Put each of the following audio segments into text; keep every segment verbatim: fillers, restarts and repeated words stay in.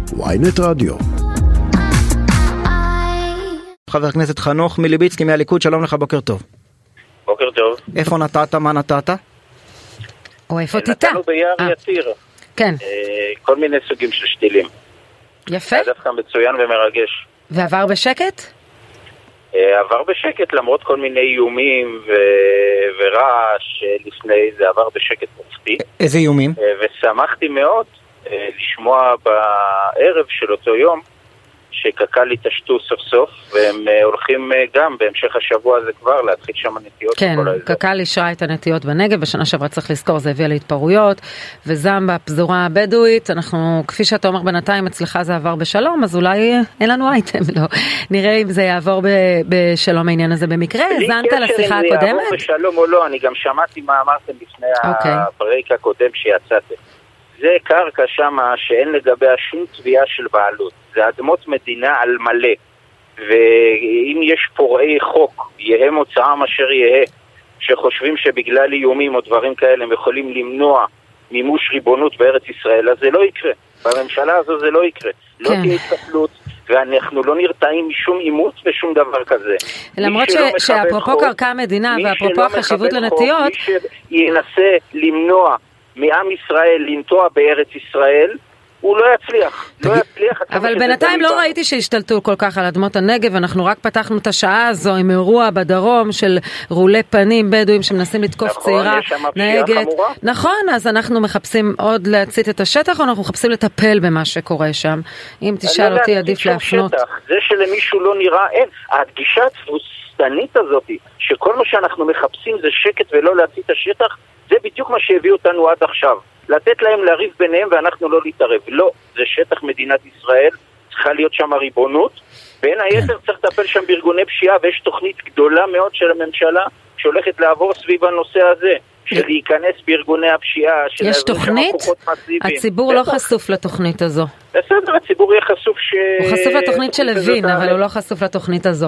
וויינט רדיו. חבר הכנסת חנוך מליביצקי מהליכוד, שלום לך, בוקר טוב. בוקר טוב. איפה נתת, מה נתת? או איפה תיתה? נתנו ביער יתיר. כן. כל מיני סוגים של שתילים. יפה. היה דווקא מצוין ומרגש. ועבר בשקט? עבר בשקט, למרות כל מיני איומים ורעש לפני, זה עבר בשקט מופתי. איזה איומים? ושמחתי מאוד לשמוע בערב של אותו יום שקק"ל התעשתו סוף סוף, והם הולכים גם בהמשך השבוע הזה כבר להתחיל שם נטיות. כן, קק"ל אישרה את הנטיות בנגב, בשנה שעברה צריך לזכור, זה הביא להתפרעויות, וזם בפזורה הבדואית, אנחנו, כפי שאתה אומר בינתיים, אצלך זה עבר בשלום, אז אולי אין לנו אייטם, לא. נראה אם זה יעבור בשלום העניין הזה במקרה, הזנת לשיחה הקודמת? בלי קשר אם זה יעבור בשלום או לא, אני גם שמעתי מה אמרתם לפני הברייק הקודם שיצאתם. זה קרקע שמה שאין לגביה שום תביעה של בעלות. זה אדמות מדינה על מלא. ואם יש פורעי חוק, יהיה מוצאם אשר יהיה, שחושבים שבגלל איומים או דברים כאלה הם יכולים למנוע מימוש ריבונות בארץ ישראל, אז זה לא יקרה. בממשלה הזו זה לא יקרה. כן. לא תהיה התקפלות, ואנחנו לא נרתעים משום אימות ושום דבר כזה. למרות שאפרופו קרקע המדינה ואפרופו החשיבות לנטיות, מי שינסה למנוע מעם ישראל לנטוע בארץ ישראל, הוא לא יצליח. לא יצליח. אבל בינתיים לא ראיתי שהשתלטו כל כך על אדמות הנגב, אנחנו רק פתחנו את השעה הזו עם אירוע בדרום של רולי פנים בדואים שמנסים לתקוף צעירה נהגת. נכון, אז אנחנו מחפשים עוד להצית את השטח, או אנחנו מחפשים לטפל במה שקורה שם? אם תשאל אותי, עדיף להפנות. זה שלמישהו לא נראה, אין. הגישה התבוסתנית הזאת, שכל מה שאנחנו מחפשים זה שקט ולא להצית את השטח, זה בדיוק מה שהביא אותנו עד עכשיו. לתת להם להריב ביניהם ואנחנו לא להתערב. לא, זה שטח מדינת ישראל, צריכה להיות שם ריבונות. בין היתר צריך לטפל שם בארגוני פשיעה, ויש תוכנית גדולה מאוד של הממשלה שהולכת לעבור סביב הנושא הזה, של להיכנס בארגוני הפשיעה. יש תוכנית? הציבור לא חשוף לתוכנית הזו. בסדר, הציבור יהיה חשוף ש... הוא חשוף לתוכנית של לוין, אבל הוא לא חשוף לתוכנית הזו.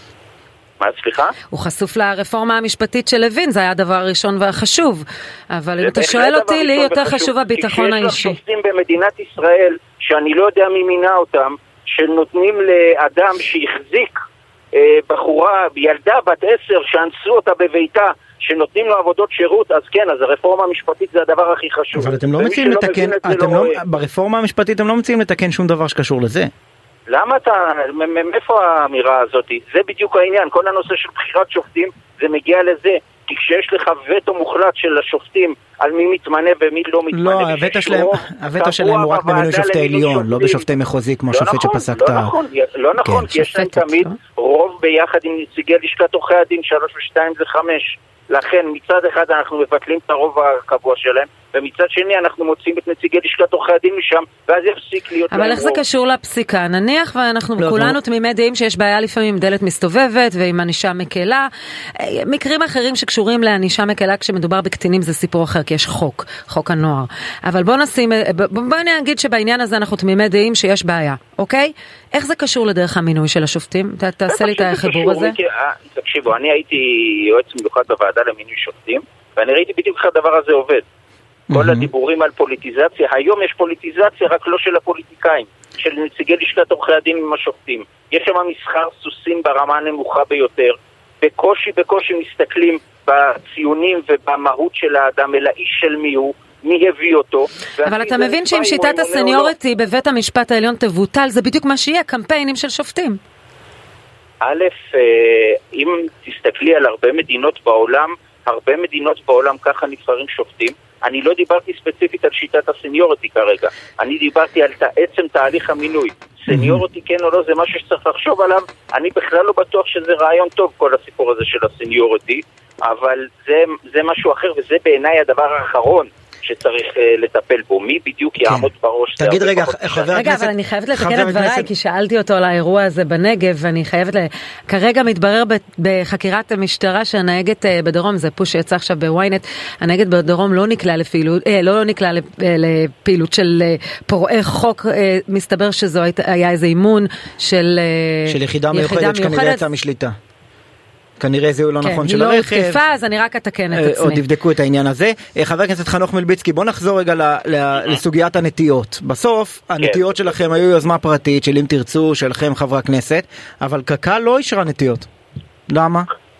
מה, סליחה? הוא חשוף לרפורמה המשפטית של לוין, זה היה הדבר הראשון והחשוב. אבל אם אתה שואל אותי, לי יותר חשוב הביטחון האישי. כי שיש שופטים במדינת ישראל, שאני לא יודע מי מינה אותם, שנותנים לאדם שהחזיק אה, בחורה, ילדה בת עשר, שאנסו אותה בביתה, שנותנים לו עבודות שירות, אז כן, אז הרפורמה המשפטית זה הדבר הכי חשוב. אבל אתם לא מציעים לתקן, אתם לא, ברפורמה המשפטית אתם לא מציעים לתקן שום דבר שקשור לזה. למה אתה, מאיפה האמירה הזאת? זה בדיוק העניין, כל הנושא של בחירת שופטים זה מגיע לזה, כי כשיש לך וטו מוחלט של השופטים על מי מתמנה ומי לא מתמנה. לא, הווטו שלהם, הווטו שלהם הוא רק במינוי שופטי עליון, לא בשופטי מחוזי כמו השופט שפסק את ה... לא נכון, לא נכון, כי יש להם תמיד רוב ביחד עם נציגי לשכת עורכי הדין, שלוש ושתיים זה חמש. לכן מצד אחד אנחנו מבטלים את הרוב הקבוע שלהם, ומצד שני אנחנו מוצאים את נציגי לשכת עורכי הדין משם, ואז יפסיק להיות... אבל איך זה קשור לפסיקה? נניח ואנחנו כולנו תמימי דעים שיש בעיה לפעמים עם דלת מסתובבת ועם ענישה מקלה. מקרים אחרים שקשורים לענישה מקלה כשמדובר בקטינים זה סיפור אחר, כי יש חוק, חוק הנוער. אבל בוא נשים, בוא נגיד שבעניין הזה אנחנו תמימי דעים שיש בעיה, אוקיי? איך זה קשור לדרך המינוי של השופטים? תעשה לי את החיבור הזה. תקשיבו, אני הייתי יועץ מיוחד בוועדה למינוי שופטים, ואני ראיתי בדיוק איך הדבר הזה עובד. כל הדיבורים על פוליטיזציה, היום יש פוליטיזציה רק לא של הפוליטיקאים, של נציגי לשכת עורכי הדין עם השופטים. יש שם מסחר סוסים ברמה הנמוכה ביותר, בקושי בקושי מסתכלים בציונים ובמהות של האדם, אלא איש של מי הוא, מי הביא אותו. אבל אתה מבין שאם שיטת הסניוריטי בבית המשפט העליון תבוטל, זה בדיוק מה שיהיה, קמפיינים של שופטים. א', אם תסתכלי על הרבה מדינות בעולם, הרבה מדינות בעולם ככה נבחרים שופטים. אני לא דיברתי ספציפית על שיטת הסניוריטי כרגע. אני דיברתי על עצם תהליך המינוי. סניוריטי כן או לא, זה משהו שצריך לחשוב עליו. אני בכלל לא בטוח שזה רעיון טוב, כל הסיפור הזה של הסניוריטי, אבל זה, זה משהו אחר, וזה בעיניי הדבר האחרון שצריך uh, לטפל בו. מי בדיוק יעמוד כן. בראש? תגיד רגע, חבר הכנסת... רגע, אבל אני חייבת לתקן את דבריי, כי שאלתי אותו על האירוע הזה בנגב, ואני חייבת ל... כרגע מתברר בחקירת המשטרה שהנהגת בדרום, זה פוש שיצא עכשיו בוויינט, הנהגת בדרום לא נקלע לפעילות, אה, לא, לא נקלע לפעילות של פורעי חוק, אה, מסתבר שזו היה איזה אימון של... של יחידה מיוחדת שכנראה יצאה משליטה. כנראה זהו לא נכון של הרכב. הרכב. היא לא הותקפה, אז אני רק אתקן את עצמי. עוד יבדקו את העניין הזה. חבר הכנסת חנוך מלביצקי, בוא נחזור רגע לסוגיית הנטיות. בסוף, הנטיות שלכם היו יוזמה פרטית, של אם תרצו, שלכם חברי הכנסת, אבל קק"ל לא אישרה נטיות. למה?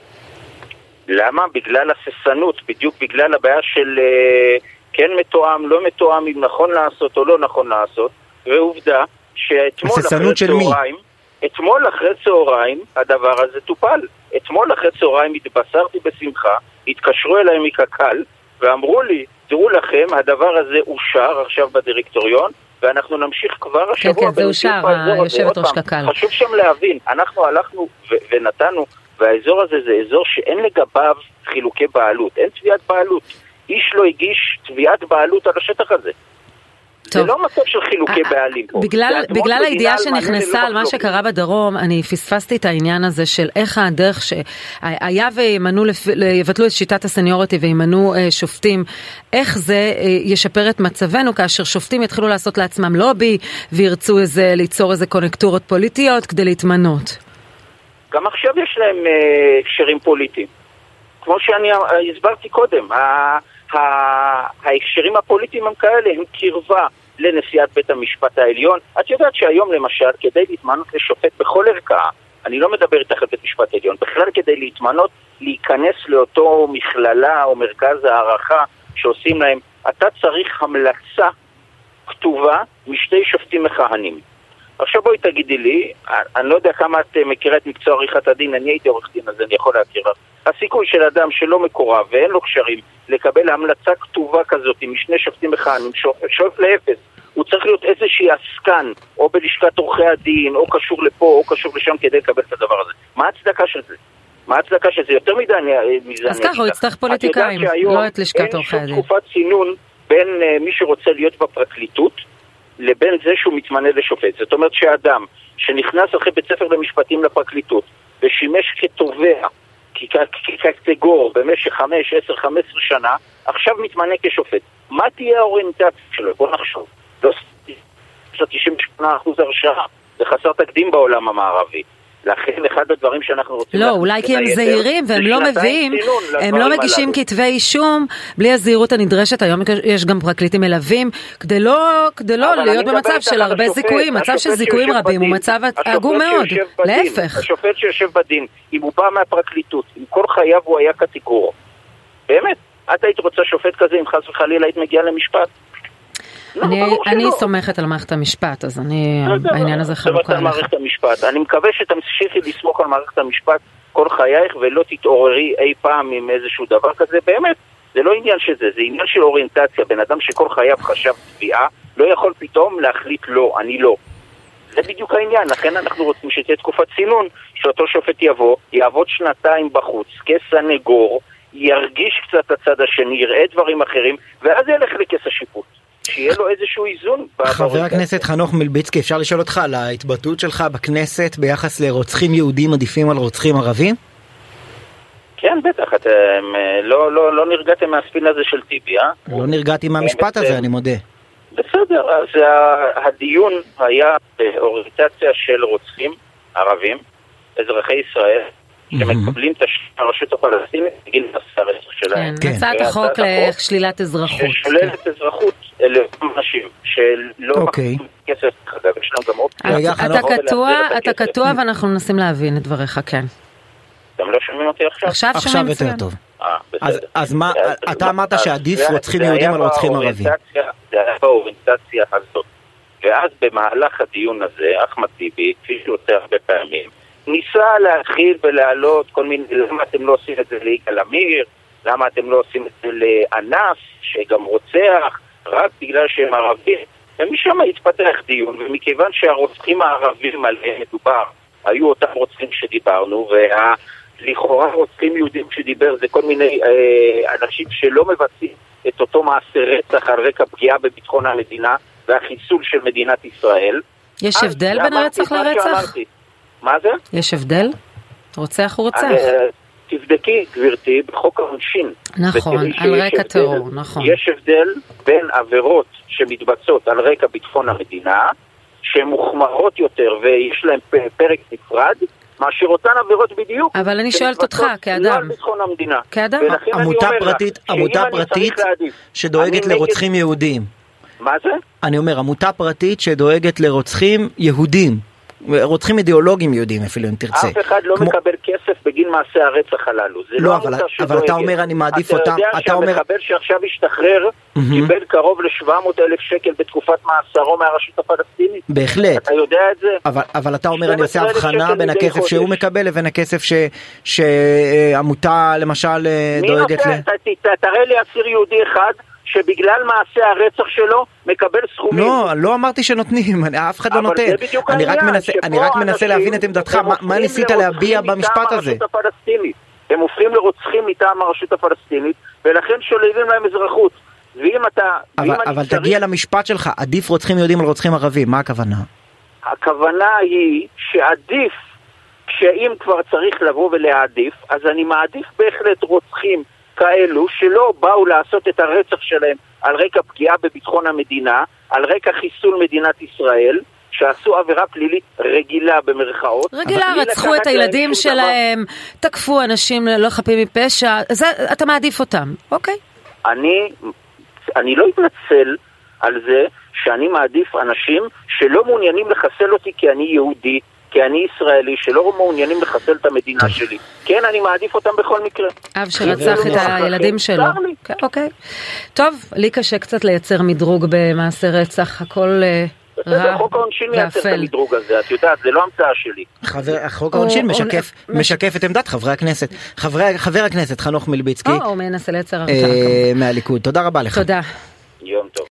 למה? בגלל הססנות, בדיוק בגלל הבעיה של כן מתואם, לא מתואם, אם נכון לעשות או לא נכון לעשות, ועובדה שאתמול אחרי צהריים, אתמול אחרי צהריים הדבר הזה טופל. אתמול אחרי צהריים התבשרתי בשמחה, התקשרו אליי מקק"ל ואמרו לי, תראו לכם, הדבר הזה אושר עכשיו בדירקטוריון, ואנחנו נמשיך כבר השבוע. כן, כן, זה אושר, היושבת ראש קק"ל. חשוב שם להבין, אנחנו הלכנו ו- ונתנו, והאזור הזה זה אזור שאין לגביו חילוקי בעלות, אין תביעת בעלות. איש לא הגיש תביעת בעלות על השטח הזה. טוב. זה לא מצב של חילוקי בעלים פה. בגלל, בגלל הידיעה שנכנסה על מה שקרה בדרום, אני פספסתי את העניין הזה של איך הדרך שהיה וימנו, יבטלו את שיטת הסניוריטי וימנו שופטים, איך זה ישפר את מצבנו כאשר שופטים יתחילו לעשות לעצמם לובי וירצו איזה, ליצור איזה קונקטורות פוליטיות כדי להתמנות. גם עכשיו יש להם הקשרים פוליטיים. כמו שאני הסברתי קודם, ההקשרים הפוליטיים הם כאלה, הם קרבה לנשיאת בית המשפט העליון. את יודעת שהיום למשל, כדי להתמנות לשופט בכל ערכאה, אני לא מדבר איתך על בית משפט העליון, בכלל כדי להתמנות, להיכנס לאותו מכללה או מרכז הערכה שעושים להם, אתה צריך המלצה כתובה משתי שופטים מכהנים. עכשיו בואי תגידי לי, אני לא יודע כמה את מכירה את מקצוע עריכת הדין, אני הייתי עורך דין, אז אני יכול להכיר לך. הסיכוי של אדם שלא מקורב ואין לו קשרים לקבל המלצה כתובה כזאת משני שופטים מכהנים, שואף לאפס, הוא צריך להיות איזושהי עסקן, או בלשכת עורכי הדין, או קשור לפה, או קשור לשם כדי לקבל את הדבר הזה. מה הצדקה של זה? מה הצדקה של זה? יותר מדי מזה. אז ככה, הוא יצטרך פוליטיקאים, לא את לשכת עורכי הדין. אין שום תקופת צינון בין מי שרוצה להיות בפרקליטות, לבין זה שהוא מתמנה לשופט. זאת אומרת שהאדם שנכנס אחרי בית ספר למשפטים לפרקליטות, ושימש כתובע, כקטגור במשך חמש, עשר, חמש עשרה שנה, עכשיו מתמנה כשופט. מה תהיה האוריינטציה שלו? בוא נחשוב. לא תשעים ושמונה אחוז הרשעה. זה חסר תקדים בעולם המערבי. לכן אחד הדברים שאנחנו רוצים... לא, אולי כי הם זהירים והם לא מביאים, הם לא מגישים כתבי אישום בלי הזהירות הנדרשת. היום יש גם פרקליטים מלווים, כדי לא, כדי לא להיות במצב של הרבה זיכויים. מצב של זיכויים רבים הוא מצב עגום מאוד. להפך. השופט שיושב בדין, אם הוא בא מהפרקליטות, אם כל חייו הוא היה קטגור, באמת, את היית רוצה שופט כזה אם חס וחלילה היית מגיעה למשפט? אני סומכת על מערכת המשפט, אז אני, העניין הזה חלוקה לך. אני מקווה שתמשיכי לסמוך על מערכת המשפט כל חייך ולא תתעוררי אי פעם עם איזשהו דבר כזה. באמת, זה לא עניין שזה, זה עניין של אוריינטציה. בן אדם שכל חייו חשב תביעה, לא יכול פתאום להחליט לא, אני לא. זה בדיוק העניין. לכן אנחנו רוצים שתהיה תקופת צינון, שאותו שופט יבוא, יעבוד שנתיים בחוץ, כסנגור, ירגיש קצת הצד השני, יראה דברים אחרים, ואז ילך לכס השיפוט. שיהיה לו איזשהו איזון. חבר הכנסת חנוך מלביצקי, אפשר לשאול אותך על ההתבטאות שלך בכנסת ביחס לרוצחים יהודים עדיפים על רוצחים ערבים? כן, בטח. אתם לא, לא, לא נרגעתם מהספין הזה של טיבי, אה? לא נרגעתי מהמשפט הזה, אני מודה. בסדר, אז הדיון היה באוריינטציה של רוצחים ערבים, אזרחי ישראל, שמקבלים את הרשות הפלסטינית בגין הרצח שלהם. כן, הצעת החוק לשלילת אזרחות. ששוללת אזרחות לאנשים שלא מקבלים כסף, יש להם גם אופציה. אתה קטוע ואנחנו מנסים להבין את דבריך, כן. אתם לא שומעים אותי עכשיו? עכשיו שומעים יותר טוב. אז מה, אתה אמרת שעדיף רוצחים יהודים על רוצחים ערבים. זה היה באוריינטציה הזאת. ואז במהלך הדיון הזה, אחמד טיבי, כפי שהוא עושה הרבה פעמים, ניסה להכיל ולהעלות כל מיני, למה אתם לא עושים את זה ליגאל עמיר, למה אתם לא עושים את זה לאנס, שגם רוצח, רק בגלל שהם ערבים. ומשם התפתח דיון, ומכיוון שהרוצחים הערבים עליהם מדובר, היו אותם רוצחים שדיברנו, ולכאורה רוצחים יהודים שדיבר, זה כל מיני אה, אנשים שלא מבצעים את אותו מעשה רצח על רקע פגיעה בביטחון המדינה, והחיסול של מדינת ישראל. יש הבדל בין רצח לרצח? מה זה? יש הבדל? רוצח הוא רוצח. תבדקי, גברתי, בחוק העונשין. נכון, על רקע טרור, נכון. יש הבדל בין עבירות שמתבצעות על רקע ביטחון המדינה, שהן מוחמרות יותר ויש להן פרק נפרד, מאשר אותן עבירות בדיוק. אבל אני שואלת אותך, כאדם. לא על ביטחון המדינה. כאדם. עמותה פרטית, עמותה פרטית שדואגת לרוצחים יהודים. מה זה? אני אומר, עמותה פרטית שדואגת לרוצחים יהודים. רוצחים אידיאולוגיים יהודים אפילו אם תרצה. אף אחד לא כמו... מקבל כסף בגין מעשי הרצח הללו. זה לא, לא אבל, אבל אתה אומר אני מעדיף אותם. אתה יודע שהמחבל אומר... שעכשיו השתחרר mm-hmm. קיבל קרוב ל-שבע מאות אלף שקל בתקופת מאסרו מהרשות הפלסטינית. בהחלט. אתה יודע את זה? אבל, אבל אתה אומר אני עושה הבחנה בין הכסף חודש. שהוא מקבל לבין הכסף ש... שעמותה למשל דואגת ל... מי נותן? תראה לי אסיר יהודי אחד שבגלל מעשה הרצח שלו מקבל סכומים. לא, לא אמרתי שנותנים, אף אחד לא נותן. אני רק מנסה, אני רק מנסה להבין את עמדתך, מה ניסית להביע במשפט הזה? הם הופכים לרוצחים מטעם הרשות הפלסטינית, ולכן שוללים להם אזרחות. ואם אתה... אבל תגיע למשפט שלך, עדיף רוצחים יהודים על רוצחים ערבים, מה הכוונה? הכוונה היא שעדיף, שאם כבר צריך לבוא ולהעדיף, אז אני מעדיף בהחלט רוצחים כאלו שלא באו לעשות את הרצח שלהם על רקע פגיעה בביטחון המדינה, על רקע חיסול מדינת ישראל, שעשו עבירה פלילית רגילה במרכאות. רגילה, רצחו את הילדים שלהם, תקפו אנשים לא חפים מפשע, זה, אתה מעדיף אותם, אוקיי? אני, אני לא אתנצל על זה שאני מעדיף אנשים שלא מעוניינים לחסל אותי כי אני יהודי, כי אני ישראלי, שלא מעוניינים לחסל את המדינה שלי. כן, אני מעדיף אותם בכל מקרה. אב שרצח את הילדים שלו. אוקיי. טוב, לי קשה קצת לייצר מדרוג במעשה רצח, הכל רע חוק העונשין מייצר את המדרוג הזה, את יודעת, זה לא המצאה שלי. חוק העונשין משקף את עמדת חברי הכנסת. חבר הכנסת חנוך מלביצקי. או, הוא מנסה לייצר מהליכוד. תודה רבה לך. תודה. יום טוב.